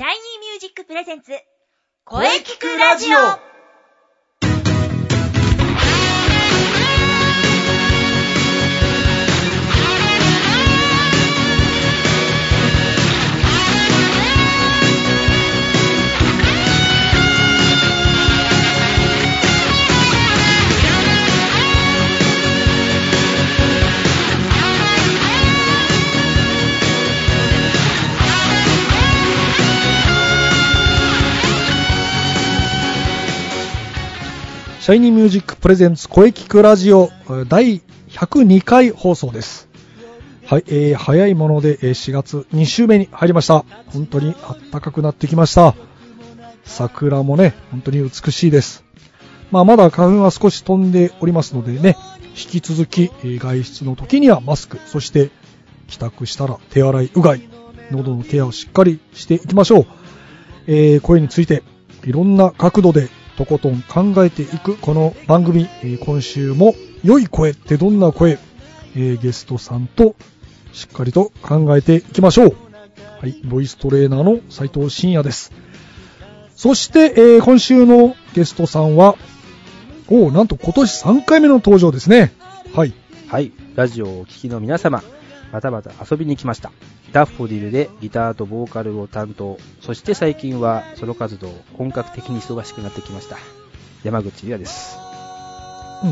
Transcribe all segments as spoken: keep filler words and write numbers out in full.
シャイニーミュージックプレゼンツ声聞くラジオ。 シャイニーミュージックプレゼンツ声聞くラジオだいひゃくにかい放送です。はい、えー、早いものでしがつに週目に入りました。本当に暖かくなってきました。桜もね、本当に美しいです。まあまだ花粉は少し飛んでおりますのでね、引き続き外出の時にはマスク、そして帰宅したら手洗いうがい、喉のケアをしっかりしていきましょう。えー、声についていろんな角度でとことん考えていくこの番組、えー、今週も良い声ってどんな声、えー、ゲストさんとしっかりと考えていきましょう。はい、ボイストレーナーの斉藤真也です。そして、えー、今週のゲストさんはおーなんと今年さんかいめの登場ですね。はいはい、ラジオをお聞きの皆様、またまた遊びに来ました。ダッフォディルでギターとボーカルを担当、そして最近はソロ活動本格的に忙しくなってきました山口優也です。 うん、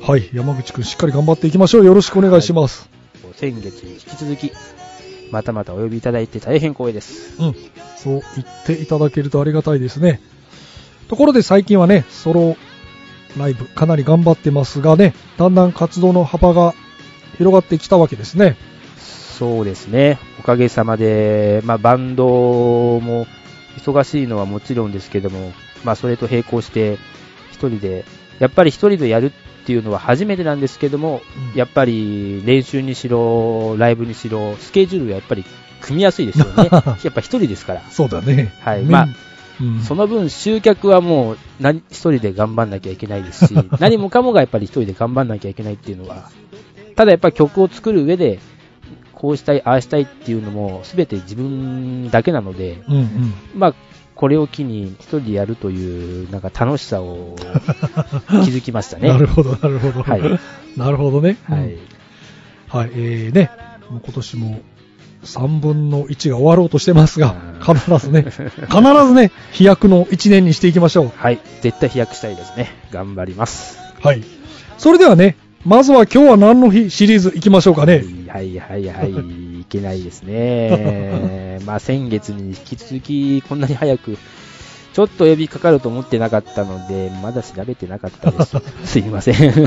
はい、山口くんしっかり頑張っていきましょう。よろしくお願いします。 はい、先月に引き続きまたまたお呼びいただいて大変光栄です。 うん、そう言っていただけるとありがたいですね。ところで最近はね、ソロライブかなり頑張ってますがね、だんだん活動の幅が広がってきたわけですね。 そうですね、おかげさまで、まあ、バンドも忙しいのはもちろんですけども、まあ、それと並行して一人でやっぱり一人でやるっていうのは初めてなんですけども、うん、やっぱり練習にしろライブにしろスケジュールがやっぱり組みやすいですよねやっぱ一人ですから。 そうだね、 はい、まあうん、その分集客はもう何一人で頑張んなきゃいけないですし何もかもがやっぱり一人で頑張んなきゃいけないっていうのは、ただやっぱり曲を作る上でこうしたいああしたいっていうのも全て自分だけなので、うんうん、まあこれを機に一人でやるというなんか楽しさを気づきましたね。 なるほどなるほど、はい、なるほどね、はい、うん、はい、えー、ね、もう今年もさんぶんのいちが終わろうとしてますが、必ずね必ずね飛躍のいちねんにしていきましょう。 はい、絶対飛躍したいですね。頑張ります。 はい、それではね、まずは今日は何の日シリーズ行きましょうかね。 はいはいはい、いけないですねまあ先月に引き続きこんなに早くちょっと呼びかかると思ってなかったのでまだ調べてなかったですすいません、うん、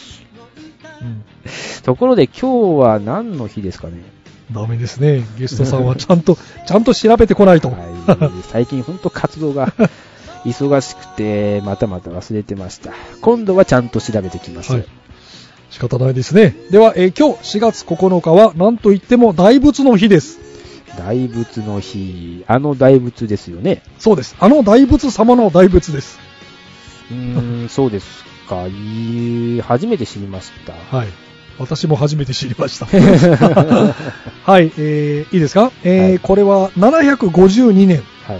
ところで今日は何の日ですかね。 ダメですね、ゲストさんはちゃんとちゃんと調べてこないと、はい、 最近本当活動が忙しくてまたまた忘れてました。今度はちゃんと調べてきます、はい、 仕方ないですね。では、えー、今日しがつここのかは何といっても大仏の日です。 大仏の日、あの大仏ですよね。 そうです、あの大仏様の大仏です。 うーんそうですか。いい初めて知りました。 はい、私も初めて知りましたはい、えー、いいですか、えーはい、これはななひゃくごじゅうにねん、はい、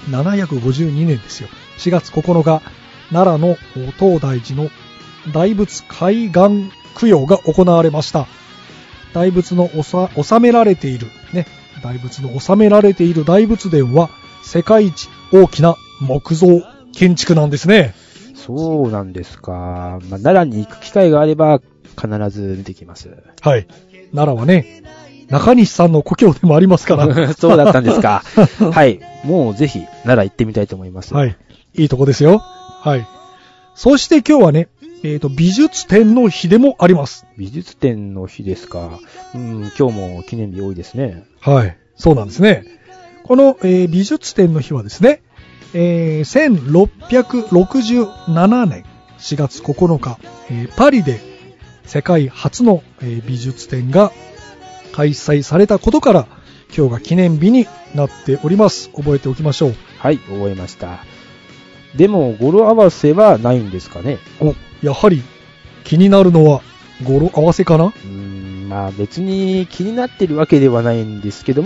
ななひゃくごじゅうにねんですよ。しがつここのか、奈良の東大寺の大仏開眼供養が行われました。大仏の収められているね、大仏の収められている大仏殿は世界一大きな木造建築なんですね。 そうなんですか。まあ、奈良に行く機会があれば必ず見てきます。 はい、奈良はね中西さんの故郷でもありますからそうだったんですかはい、もうぜひ奈良行ってみたいと思います。 はい、いいとこですよ。はい、そして今日はね、えーと、美術展の日でもあります。 美術展の日ですか。うん、今日も記念日多いですね。 はい、そうなんですね。この、えー、美術展の日はですね、えー、せんろっぴゃくろくじゅうななねんしがつここのか、えー、パリで世界初の、えー、美術展が開催されたことから今日が記念日になっております。覚えておきましょう。 はい、覚えました。でも語呂合わせはないんですかね。 お、やはり気になるのは語呂合わせかな。うーん、まあ別に気になってるわけではないんですけども、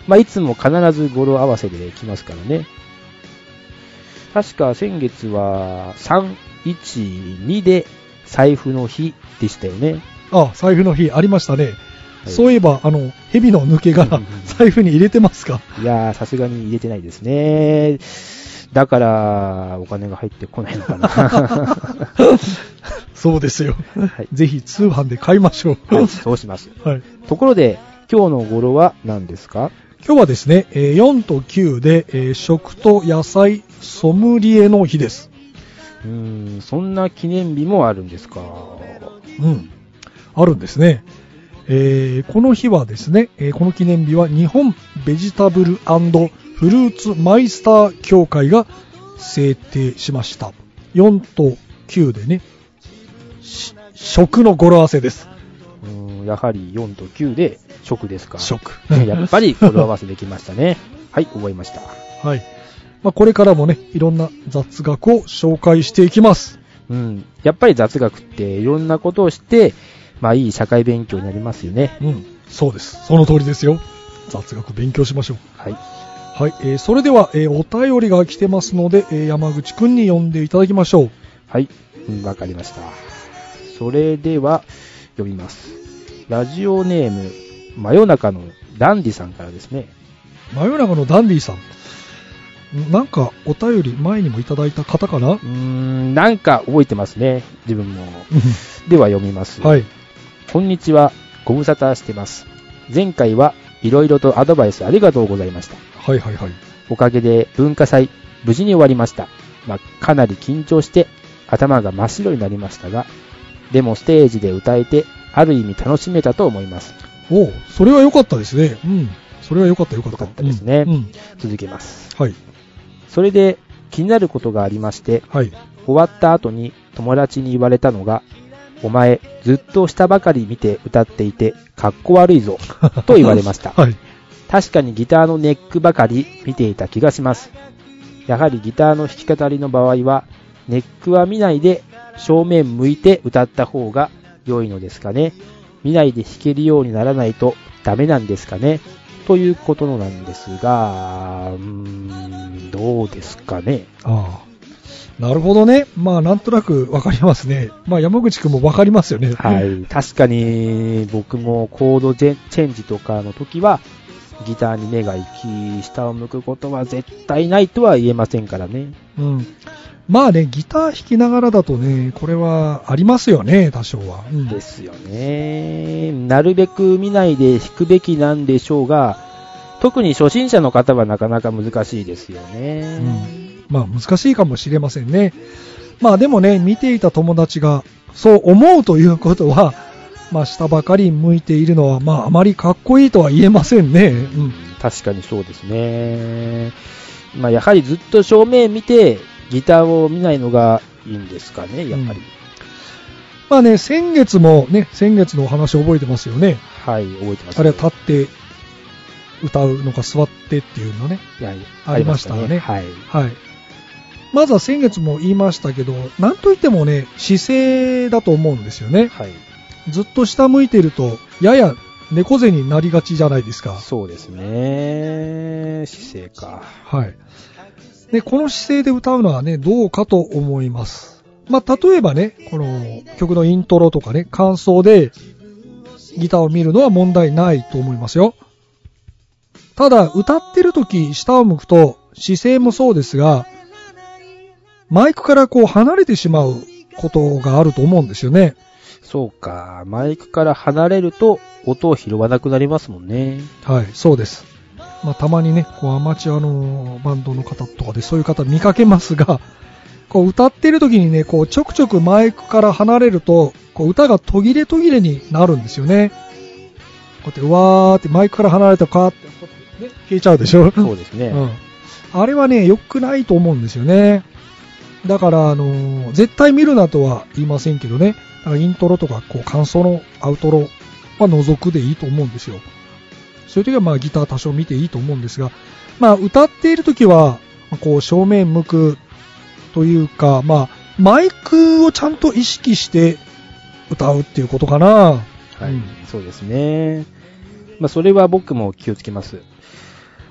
まあ、いつも必ず語呂合わせで来ますからね。確か先月はさんいちにで財布の日でしたよね。 あ、財布の日ありましたね。 はい、 そういえば、あの、蛇の抜け殻、財布に入れてますか？ いやー、さすがに入れてないですね。だから、お金が入ってこないのかな。 そうですよ。 はい、 ぜひ通販で買いましょう。 はい、そうします。 はい、 ところで、今日の語呂は何ですか？ 今日はですね、よんときゅうで、えー、食と野菜ソムリエの日です。 うーん、そんな記念日もあるんですか？ うん、あるんですね。えー、この日はですね、えー、この記念日は日本ベジタブル&フルーツマイスター協会が制定しました。よんときゅうでね、食の語呂合わせです。 うーん、やはりよんときゅうで食ですか？ 食。 やっぱり語呂合わせできましたね。はい、覚えました。 はい。まあ、これからもね、いろんな雑学を紹介していきます。 うん。やっぱり雑学っていろんなことをして、まあいい社会勉強になりますよね。 うん。そうです。その通りですよ。雑学勉強しましょう。 はい。 はい。えー、それでは、えー、お便りが来てますので、えー、山口くんに読んでいただきましょう。 はい。わかりました。それでは、読みます。ラジオネーム、真夜中のダンディさんからですね。 真夜中のダンディさん。なんかお便り前にもいただいた方かな？うーん、なんか覚えてますね、自分も。では読みます。 はい。 こんにちは、ご無沙汰してます。前回はいろいろとアドバイスありがとうございました。 はいはいはい。 おかげで文化祭無事に終わりました。まあ、かなり緊張して頭が真っ白になりましたが、でもステージで歌えてある意味楽しめたと思います。 おう、それは良かったですね。うん。それは良かった良かった。 良かったですね。 うんうん、 続けます。 はい。 それで気になることがありまして、 はい、 終わった後に友達に言われたのが、お前ずっと下ばかり見て歌っていてかっこ悪いぞと言われました。はい、確かにギターのネックばかり見ていた気がします。やはりギターの弾き語りの場合はネックは見ないで正面向いて歌った方が良いのですかね。見ないで弾けるようにならないとダメなんですかね。ということなんですが、うーん、どうですかね。 ああ、なるほどね。まあなんとなくわかりますね。まあ山口くんもわかりますよね。 はい、確かに僕もコードチェンジとかの時はギターに目が行き下を向くことは絶対ないとは言えませんからね。 うん。まあね、ギター弾きながらだとね、これはありますよね、多少は。うん、 ですよね。なるべく見ないで弾くべきなんでしょうが、特に初心者の方はなかなか難しいですよね。 うん、まあ難しいかもしれませんね。まあでもね、見ていた友達がそう思うということは、まあ下ばかり向いているのは、まああまりかっこいいとは言えませんね。うん、 確かにそうですね。まあやはりずっと正面見て、ギターを見ないのがいいんですかね、やっぱり。うん、 まあね、先月もね、先月のお話覚えてますよね。 はい、覚えてます。 あれは立って歌うのか座ってっていうのね。 はい、 ありましたね。 はい。 はい。まずは先月も言いましたけど、なんといってもね、姿勢だと思うんですよね。はい。ずっと下向いていると、やや猫背になりがちじゃないですか。 そうですね。姿勢か。 はい。で、この姿勢で歌うのはね、どうかと思います。まあ、例えばね、この曲のイントロとかね、間奏でギターを見るのは問題ないと思いますよ。ただ、歌ってる時下を向くと姿勢もそうですが、マイクからこう離れてしまうことがあると思うんですよね。 そうか、マイクから離れると音を拾わなくなりますもんね。 はい、そうです。まあ、たまにね、こうアマチュアのバンドの方とかでそういう方見かけますが、こう歌ってる時にね、こうちょくちょくマイクから離れると、こう歌が途切れ途切れになるんですよね。こうやってうわーってマイクから離れたかって、ね、消えちゃうでしょ。 そうですね。 うん。あれはね、良くないと思うんですよね。だから、あのー、絶対見るなとは言いませんけどね、だからイントロとかこう感想のアウトロは除くでいいと思うんですよ。そういう時はまあギター多少見ていいと思うんですが、まあ歌っている時はこう正面向くというか、まあマイクをちゃんと意識して歌うっていうことかな。 はい、うん、そうですね。まあそれは僕も気をつけます。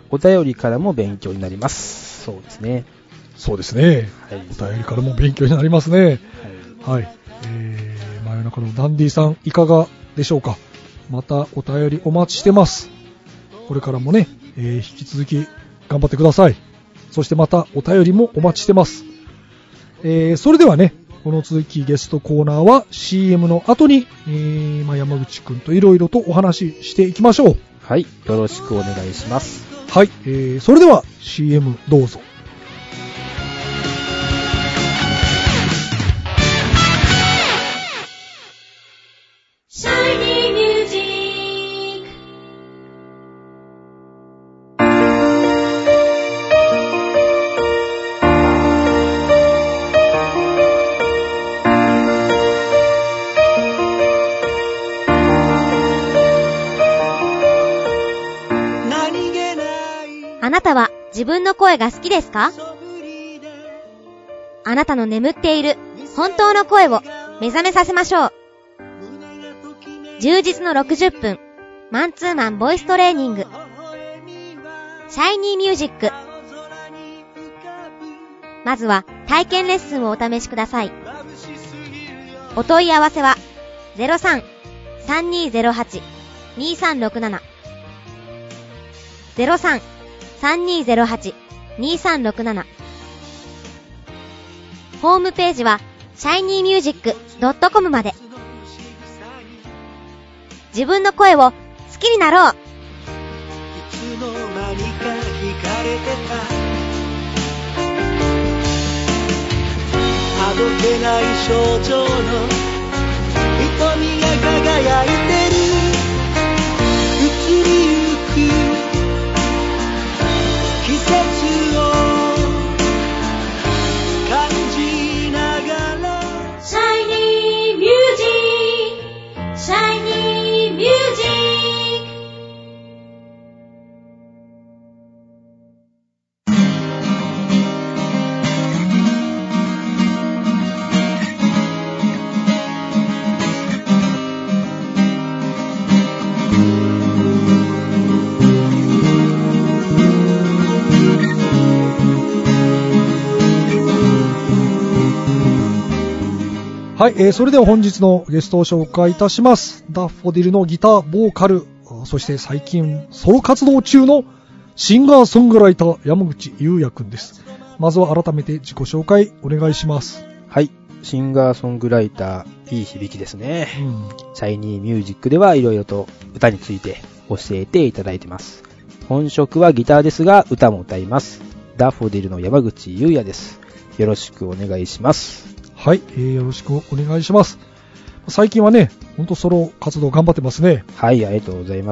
お便りからも勉強になります。そうですね。 そうですね。 はい、 お便りからも勉強になりますね。はい。はい、えー、真夜中のダンディさんいかがでしょうか。またお便りお待ちしてます。これからもね、えー、引き続き頑張ってください。そしてまたお便りもお待ちしてます。えー、それではね、この続きゲストコーナーは シーエム の後に、えーまあ、山口くんといろいろとお話ししていきましょう。 はい、よろしくお願いします。 はい、えー、それでは シーエム どうぞ。 シャイニーミュージック。あなたは自分の声が好きですか？あなたの眠っている本当の声を目覚めさせましょう。充実のろくじゅっぷんマンツーマンボイストレーニング、シャイニーミュージック。まずは体験レッスンをお試しください。お問い合わせは ゼロさん さんにーゼロはち にーさんろくなな ゼロさん さんにーゼロはち にーさんろくなな。 ホームページは シャイニーミュージックドットコム まで。自分の声を好きになろう。いつの間にか惹かれてた、 あどけない少女の瞳が輝いてる、移りゆく季節を感じながら、シャイニーミュージック、シャイニーミュージック。 はい、えー、それでは本日のゲストを紹介いたします。ダッフォディルのギター、ボーカル、そして最近ソロ活動中のシンガーソングライター山口優也くんです。まずは改めて自己紹介お願いします。 はい、シンガーソングライター、いい響きですね。 うん、 シャイニーミュージックではいろいろと歌について教えていただいてます。本職はギターですが歌も歌います。ダッフォディルの山口優也です。よろしくお願いします。 はい、えー、よろしくお願いします。最近はね、ほんとソロ活動頑張ってますね。 はい、ありがとうございます。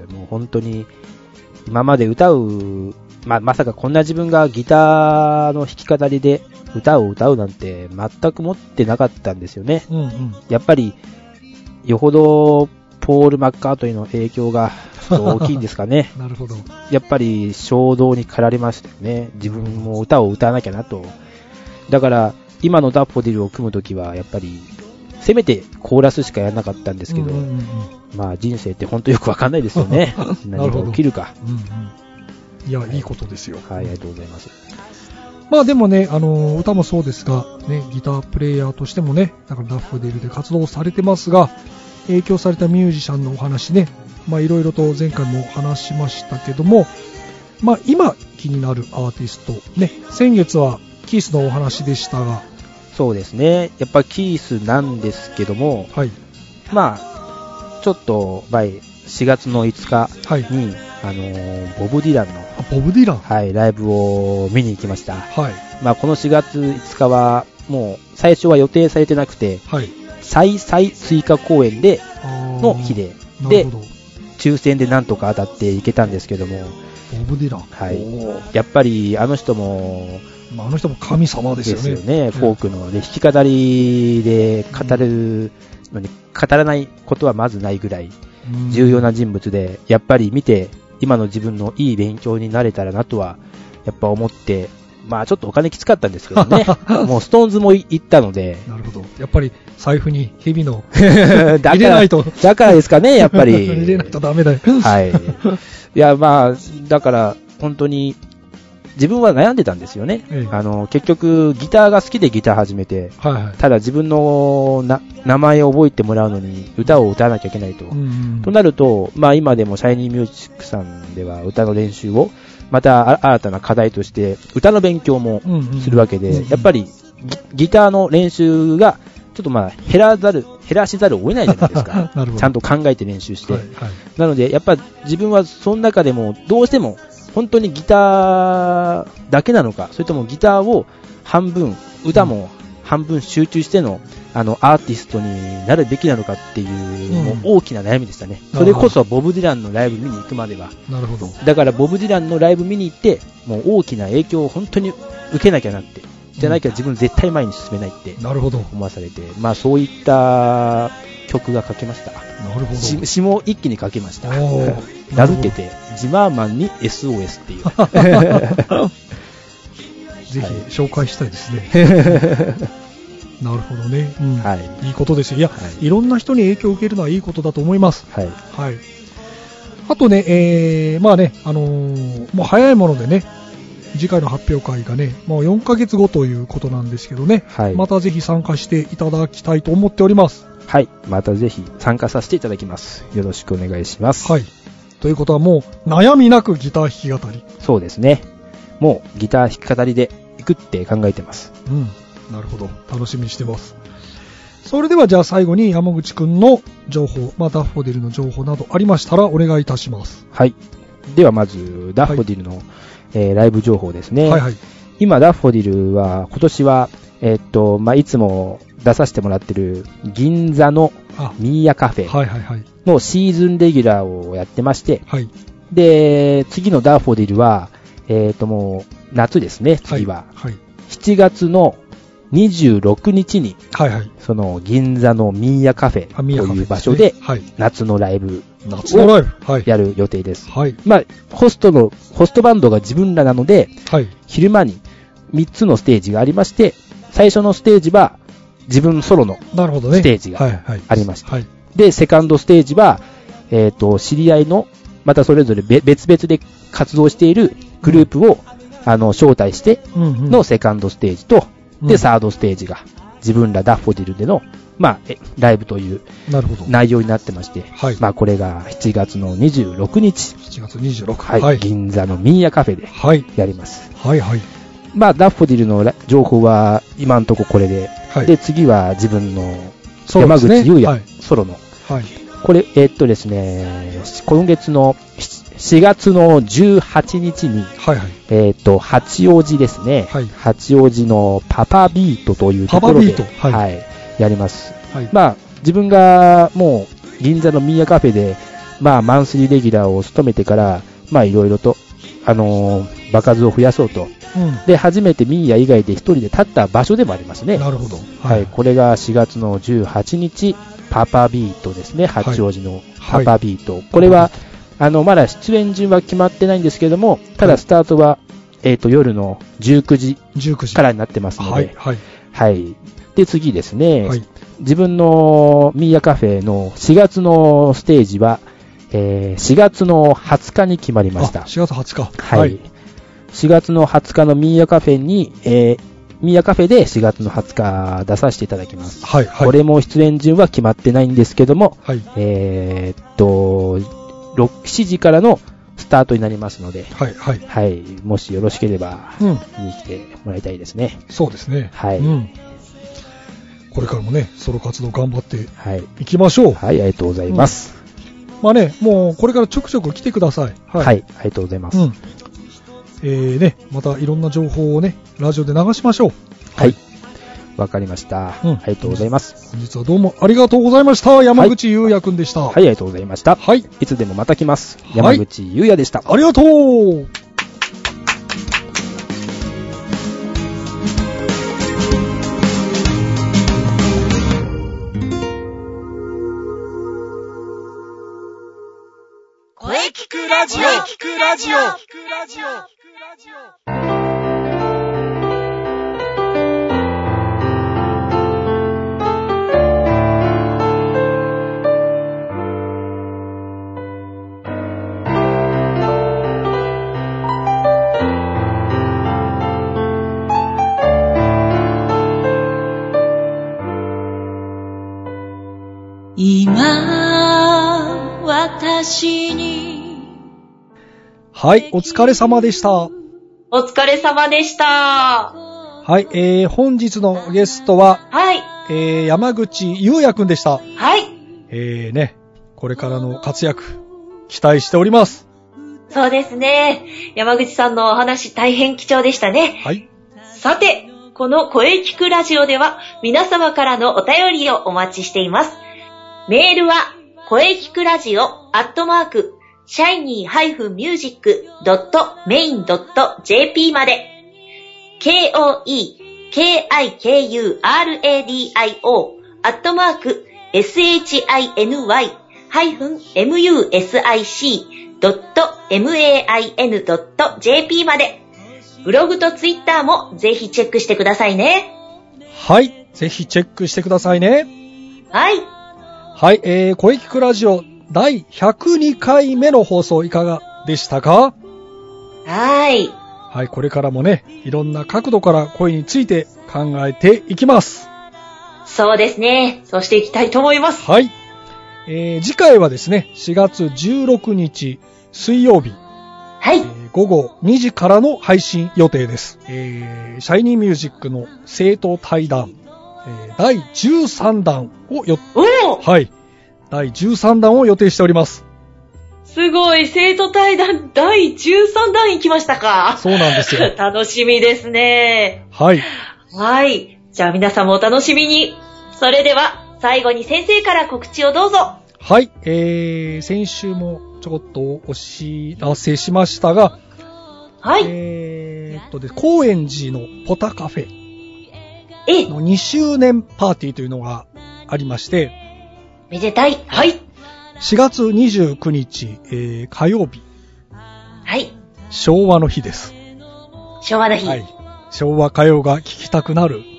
もう本当に今まで歌う、ま、まさかこんな自分がギターの弾き語りで歌を歌うなんて全く思ってなかったんですよね。 うんうん、 やっぱりよほどポール・マッカートニーの影響がちょっと大きいんですかね。 なるほど。 やっぱり衝動に駆られましたよね。自分も歌を歌わなきゃなと。だから今のダッフォディルを組むときはやっぱりせめてコーラスしかやらなかったんですけど、うんうんうん、まあ人生って本当よくわかんないですよね。何が起きるか、 うんうん、いや、いいことですよ。 はい、ありがとうございます。 まあでもね、あの歌もそうですが、ね、ギタープレイヤーとしてもね、だからダッフォディルで活動されてますが、影響されたミュージシャンのお話ね、まあいろいろと前回も話しましたけども、まあ今気になるアーティストね、先月はキースのお話でしたが、 そうですね、やっぱキースなんですけども、 はい、 まあちょっと前しがつのいつかに、はい、あのー、ボブ・ディランのボブ・ディラン、 はい、ライブを見に行きました。 はい、 まあ、このしがついつかはもう最初は予定されてなくて、 はい、 再々追加公演での日で、で抽選でなんとか当たっていけたんですけども、 ボブ・ディラン、 はい、やっぱりあの人もまあ、あの人も神様ですよね。 ですよね、フォークの、ね、弾き語りで語るのに語らないことはまずないぐらい重要な人物で、やっぱり見て今の自分のいい勉強になれたらなとはやっぱ思って、まあちょっとお金きつかったんですけどね。もうストーンズも行ったので。 なるほど。やっぱり財布に蛇の入れないと。 だからですかね、やっぱり。 入れないとダメだよ。 はい。いや、まあだから本当に、自分は悩んでたんですよね。 ええ、 あの、結局、ギターが好きでギター始めて、 はいはい、 ただ自分のな名前を覚えてもらうのに歌を歌わなきゃいけないと。 うんうん、 となると、まあ今でもシャイニーミュージックさんでは歌の練習を、また新たな課題として歌の勉強もするわけで、 うんうん、 やっぱり ギ, ギターの練習がちょっとまあ減らざる、減らしざるを得ないじゃないですか。ちゃんと考えて練習して。はいはい、なので、やっぱ自分はその中でもどうしても本当にギターだけなのか、それともギターを半分、歌も半分集中しての、あのアーティストになるべきなのかっていう、もう大きな悩みでしたね。それこそボブ・ディランのライブ見に行くまでは。 なるほど。 だからボブ・ディランのライブ見に行って、もう大きな影響を本当に受けなきゃなって。じゃないから自分絶対前に進めないって思わされて、まあそういった曲が書けました。 なるほど。 詩も一気に書けました。名付けてジマーマンに エスオーエス っていう。 ぜひ紹介したいですね。なるほどね、うん、はい、いいことですよ。いや、はい、いろんな人に影響を受けるのはいいことだと思います。はい、はい、あとね、えー、まあね、あのー、もう早いものでね、次回の発表会がね、もうよんかげつごということなんですけどね、はい、またぜひ参加していただきたいと思っております。 はい、またぜひ参加させていただきます。よろしくお願いします。 はい、ということはもう悩みなくギター弾き語り。 そうですね。もうギター弾き語りでいくって考えてます。 うん、なるほど、楽しみにしてます。それではじゃあ最後に山口くんの情報、まあ、ダッフォディルの情報などありましたらお願いいたします。 はい、ではまずダッフォディルの、はい、えー、ライブ情報ですね。 はいはい、 今ダッフォディルは今年は、えーっとまあ、いつも出させてもらってる銀座のミーヤカフェのシーズンレギュラーをやってまして、はい、で次のダッフォディルは、えーっともう夏ですね。次は、はいはい、しちがつのにじゅうろくにちに、はいはい、その銀座のミーヤカフェという場所で夏のライブをやる予定です。はい、まあホストのホストバンドが自分らなので、はい、昼間にみっつのステージがありまして、最初のステージは自分ソロのステージがありました。はいはい、でセカンドステージは、えーと、知り合いのまたそれぞれ別々で活動しているグループを、うん、あの招待してのセカンドステージと、うん、でサードステージが自分らダッフォディルでの、まあ、えライブという内容になってまして、はい、まあ、これがしちがつのにじゅうろくにち、 しちがつにじゅうろく、 はいはい、銀座のミーヤカフェでやります。 はいはいはい、 まあ、ダッフォディルの情報は今のところこれで、はい、で次は自分の山口優也、はい、ソロの、はい、これえー、っとですね今月のしがつのじゅうはちにちに、はいはい、えー、っと八王子ですね、はい、八王子のパパビートというところで、はいはい、やります。はい、まあ自分がもう銀座のミーヤカフェで、まあ、マンスリーレギュラーを務めてからまあいろいろとあのー、場数を増やそうと、うん、で初めてミーヤ以外で一人で立った場所でもありますね。 なるほど。 はい、はい、これがしがつのじゅうはちにちパパビートですね。八王子のパパビート、はい、これはあのまだ出演順は決まってないんですけれども、ただスタートは、はい、えーと夜のじゅうくじからになってますので、はいはいはい、で次ですね、はい、自分のミーヤカフェのしがつのステージは、えー、しがつのはつかに決まりました。 しがつはつか、 はい、はい、しがつのはつかのミーヤカフェに、えー、ミーヤカフェでしがつのはつか出させていただきます。はいはい、これも出演順は決まってないんですけども、はい、えー、っとしちじからのスタートになりますので、はいはいはい、もしよろしければ、うん、見に来てもらいたいですね。 そうですね。はい、うん、これからもねソロ活動頑張っていきましょう。 はい、はい、ありがとうございます。 うん、まあね、もうこれからちょくちょく来てください。 はい、はい、ありがとうございます。うん、 えーね、またいろんな情報をねラジオで流しましょう。 はい。わかりました、うん。ありがとうございます。 本日はどうもありがとうございました。山口優也くんでした。 はい、はい、ありがとうございました。はい。いつでもまた来ます。山口優也でした。 ありがとう。 声聞くラジオ。声聞くラジオ。聞くラジオ。 はい、お疲れ様でした。 お疲れ様でした。 はい、えー、本日のゲストは、 はい。 えー、山口優也くんでした。 はい。 えーね、これからの活躍、期待しております。 そうですね。山口さんのお話大変貴重でしたね。 はい。 さて、この声聞くラジオでは皆様からのお便りをお待ちしています。メールは、声聞くラジオアットマーク、シャイニー ハイフンミュージック ドット メイン ドット ジェーピー まで、ケーオーイーケーアイケーユーアールエーディーアイオー アットマーク、エスエイチアイエヌワイ ハイフン エムユーエスアイシー ドット メイン ドット ジェーピー まで、ブログとツイッターもぜひチェックしてくださいね。 はい、ぜひチェックしてくださいね。 はい。 はい、えー、声聞くラジオだいひゃくにかいめの放送いかがでしたか？ はい。 はい、これからもね、いろんな角度から声について考えていきます。 そうですね。そうしていきたいと思います。 はい。えー、次回はですね、しがつじゅうろくにち水曜日。 はい、えー。ごごにじからの配信予定です。えー、シャイニーミュージックの生徒対談、えー、だいじゅうさんだんをよ、はい。だいじゅうさんだんを予定しております。 すごい、生徒対談だいじゅうさんだん行きましたか。 そうなんですよ。 楽しみですね。 はい。 はい。じゃあ皆さんもお楽しみに。それでは、最後に先生から告知をどうぞ。 はい。えー、先週もちょこっとお知らせしましたが、 はい。 えーっとで、高円寺のポタカフェのにしゅうねんパーティーというのがありまして、 めでたい。はい。 しがつにじゅうくにち、えー、火曜日。 はい。 昭和の日です。 昭和の日。 はい。昭和歌謡が聴きたくなる。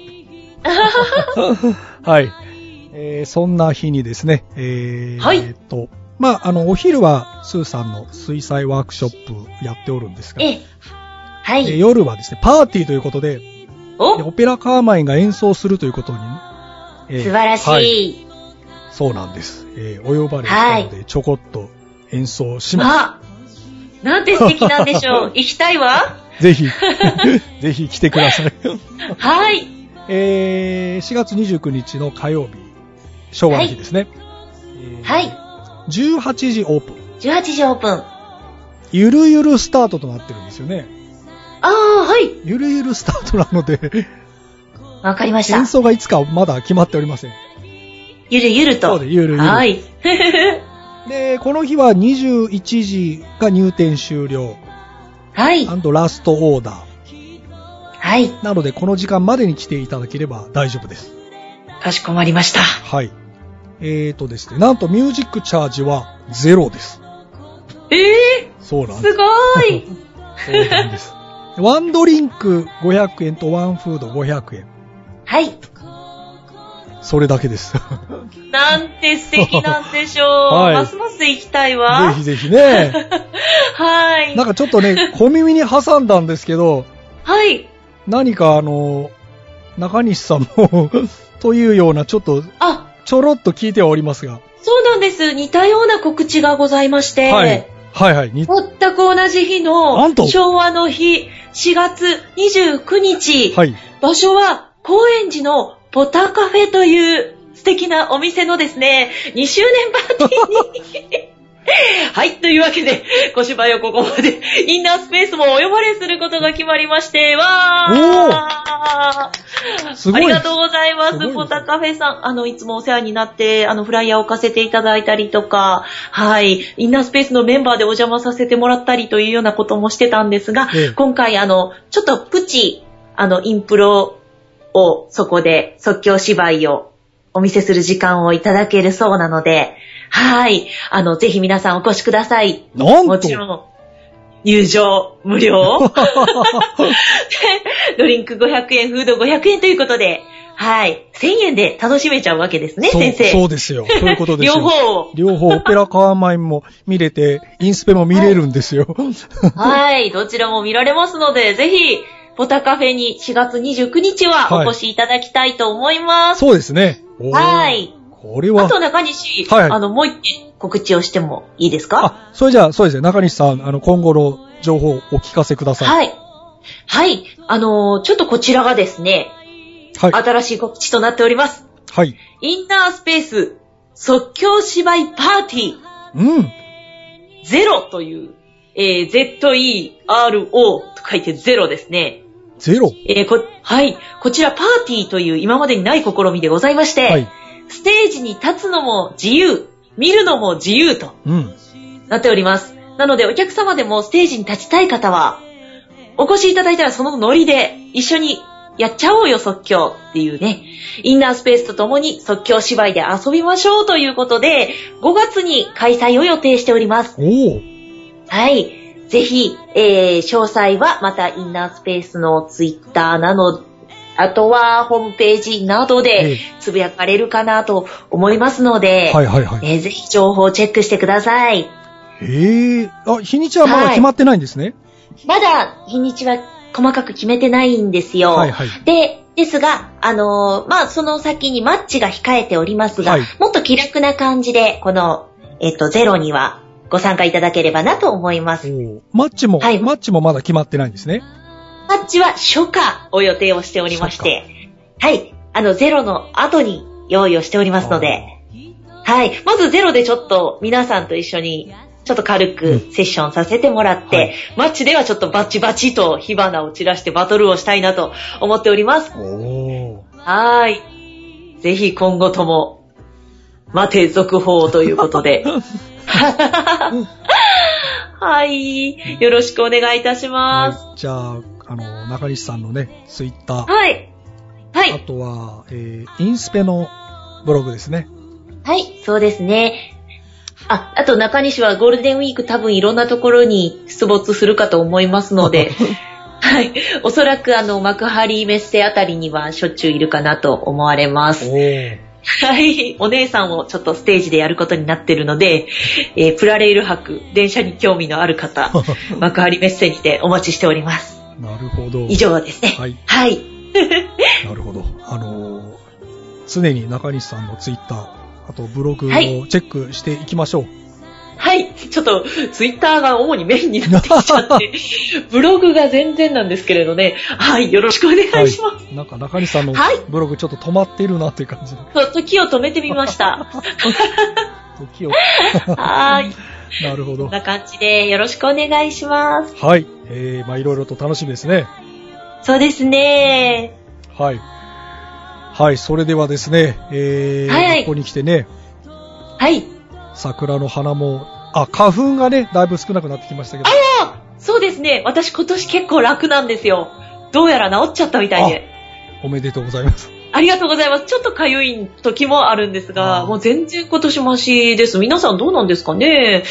はい。えー、そんな日にですね、えー、 はい。 えー、っと、まあ、あの、お昼はスーさんの水彩ワークショップやっておるんですが、 えはい。 えー、夜はですね、パーティーということで、 おオペラカーマインが演奏するということに、 えー、素晴らしい。はい、 そうなんです。えー、お呼ばれしたので、ちょこっと演奏します。 あ、なんて素敵なんでしょう。行きたいわ。 ぜひ、ぜひ来てください。 はい。 えー、しがつにじゅうくにちの火曜日、昭和の日ですね。 はい。えー、 じゅうはちじオープン。 じゅうはちじオープン。 ゆるゆるスタートとなってるんですよね。 ああ、はい。 ゆるゆるスタートなので。 わかりました。 演奏がいつかまだ決まっておりません。 ゆるゆると。 そうで、ゆるゆる。 はい。 で、この日はにじゅういちじが入店終了。 はい。 アンドラストオーダー。 はい。 なので、この時間までに来ていただければ大丈夫です。 かしこまりました。 はい。えーとですね、なんとミュージックチャージはゼロです。 えー、 そうなんです。 すごーい。 そうなんです。ワンドリンクごひゃくえんとワンフードごひゃくえん。 はい。 それだけです。 なんて素敵なんでしょう。はい、ますます行きたいわ。 ぜひぜひね。 はい。 なんかちょっとね、小耳に挟んだんですけど、 はい。 何かあの、中西さんも、というようなちょっと、 あ、 ちょろっと聞いてはおりますが。 そうなんです。似たような告知がございまして。 はい。はいはい。 全く同じ日の、昭和の日、しがつにじゅうくにち。 はい。 場所は、高円寺のポタカフェという素敵なお店のですね、にしゅうねんパーティーに。はい、というわけで、小芝居をここまで、インナースペースもお呼ばれすることが決まりまして、わーすごいありがとうございます。ポタカフェさん、あの、いつもお世話になって、あの、フライヤーを置かせていただいたりとか、はい、インナースペースのメンバーでお邪魔させてもらったりというようなこともしてたんですが、ええ、今回、あの、ちょっとプチ、あの、インプロを、そこで即興芝居をお見せする時間をいただけるそうなので、はい。あの、ぜひ皆さんお越しください。 なんともちろん、入場無料。ドリンクごひゃくえん、フードごひゃくえんということで、はい。せんえんで楽しめちゃうわけですね、先生。 そうですよ。そういうことですよ。 両方を。 両方、オペラカーマインも見れて、インスペも見れるんですよ。 はい。はい。どちらも見られますので、ぜひ、ポタカフェにしがつにじゅうくにちはお越しいただきたいと思います。 はい、そうですね。 はい。 これは。 あと中西、 はい、 あの、もう一点告知をしてもいいですか？ あ、それじゃあ、そうですね。中西さん、あの、今後の情報をお聞かせください。 はい。はい。あのー、ちょっとこちらがですね、はい、新しい告知となっております。 はい。 インナースペース即興芝居パーティー。 うん。 ゼロという、えー、ゼットイーアールオー と書いてゼロですね。 ゼロえー、こ、はい。こちらパーティーという今までにない試みでございまして、はい、ステージに立つのも自由、見るのも自由となっております。うん、なのでお客様でもステージに立ちたい方は、お越しいただいたらそのノリで一緒にやっちゃおうよ即興っていうね、インナースペースとともに即興芝居で遊びましょうということで、ごがつに開催を予定しております。 おー。 はい。ぜひ、えー、詳細はまたインナースペースのツイッターなど、あとはホームページなどでつぶやかれるかなと思いますので、 はいはいはい。 えー、ぜひ情報をチェックしてください。 へー。あ、日にちはまだ決まってないんですね。はい、 まだ日にちは細かく決めてないんですよ。 はいはい。 で、ですが、あのー、まあ、その先にマッチが控えておりますが、はい、もっと気楽な感じで、この、えっと、ゼロにはご参加いただければなと思います。 マッチも、はい、マッチもまだ決まってないんですね。 マッチは初夏を予定をしておりまして、はい、あの、ゼロの後に用意をしておりますので、はい、まずゼロでちょっと皆さんと一緒に、ちょっと軽くセッションさせてもらって、うんはい、マッチではちょっとバチバチと火花を散らしてバトルをしたいなと思っております。 おはい。ぜひ今後とも、待て続報ということで。はい。よろしくお願いいたします。 はい、じゃあ、あの、中西さんのね、ツイッター。 はい。はい。 あとは、えー、インスペのブログですね。 はい、そうですね。あ、あと中西はゴールデンウィーク多分いろんなところに出没するかと思いますので、はい。おそらくあの、幕張メッセあたりにはしょっちゅういるかなと思われます。 おー。 はい。お姉さんをちょっとステージでやることになっているので、えー、プラレール博、電車に興味のある方、幕張メッセにてお待ちしております。 なるほど。 以上ですね。 はい。 はい。 なるほど。あのー、常に中西さんのツイッター、あとブログをチェックしていきましょう。 はい。ちょっと、ツイッターが主にメインになってきちゃって、ブログが全然なんですけれどね。はい。よろしくお願いします。 はい、なんか中西さんのブログちょっと止まっているなっていう感じで。 そう、時を止めてみました。 時を。 はい。 なるほど。 こんな感じでよろしくお願いします。 はい。えー、まあいろいろと楽しみですね。 そうですね。 はい。はい。それではですね、えー、はいはい、ここに来てね。 はい。 桜の花も、あ、花粉がね、だいぶ少なくなってきましたけど。 あら、そうですね。私今年結構楽なんですよ。どうやら治っちゃったみたいで。 おめでとうございます。 ありがとうございます。ちょっとかゆい時もあるんですが、もう全然今年マシです。皆さんどうなんですかね。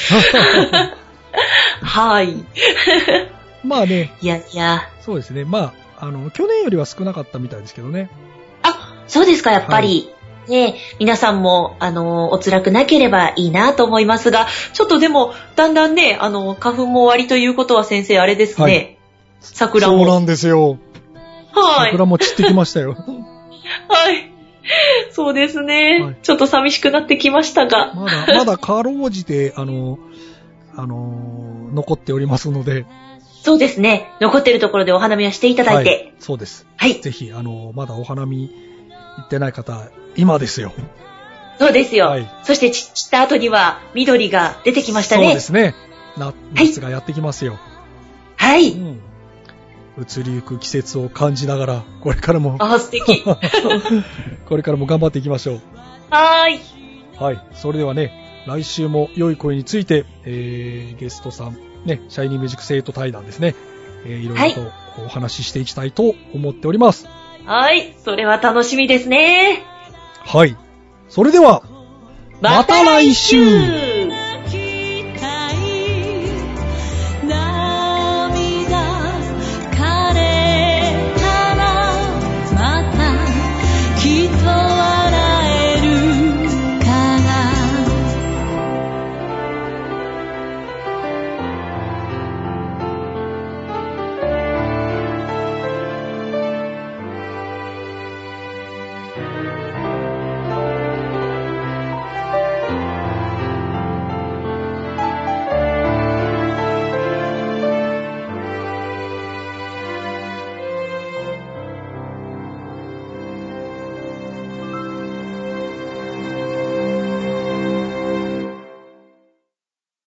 はい。 まあね。 いやいや。 そうですね。まあ、あの、去年よりは少なかったみたいですけどね。 あ、そうですか、やっぱり。はいね、皆さんも、あの、お辛くなければいいなと思いますが、ちょっとでも、だんだんね、あの、花粉も終わりということは先生、あれですね。はい、桜も。 そうなんですよ。 はい。 桜も散ってきましたよ。 はい。そうですね、はい。ちょっと寂しくなってきましたが。 まだ、まだかろうじて、あの、あの、残っておりますので。 そうですね。残っているところでお花見はしていただいて。はい、 そうです。 はい。 ぜひ、あの、まだお花見行ってない方、今ですよ。 そうですよ。はい、そして散った後には緑が出てきましたね。 そうですね。夏がやってきますよ。 はい。うん、 移りゆく季節を感じながら、これからも。 あ、素敵。 これからも頑張っていきましょう。 はーい。 はい。それではね、来週も良い声について、えー、ゲストさん、ね、シャイニーミュージック生徒対談ですね。えー、いろいろとお話ししていきたいと思っております。 はい。それは楽しみですね。 はい。それでは、また来週。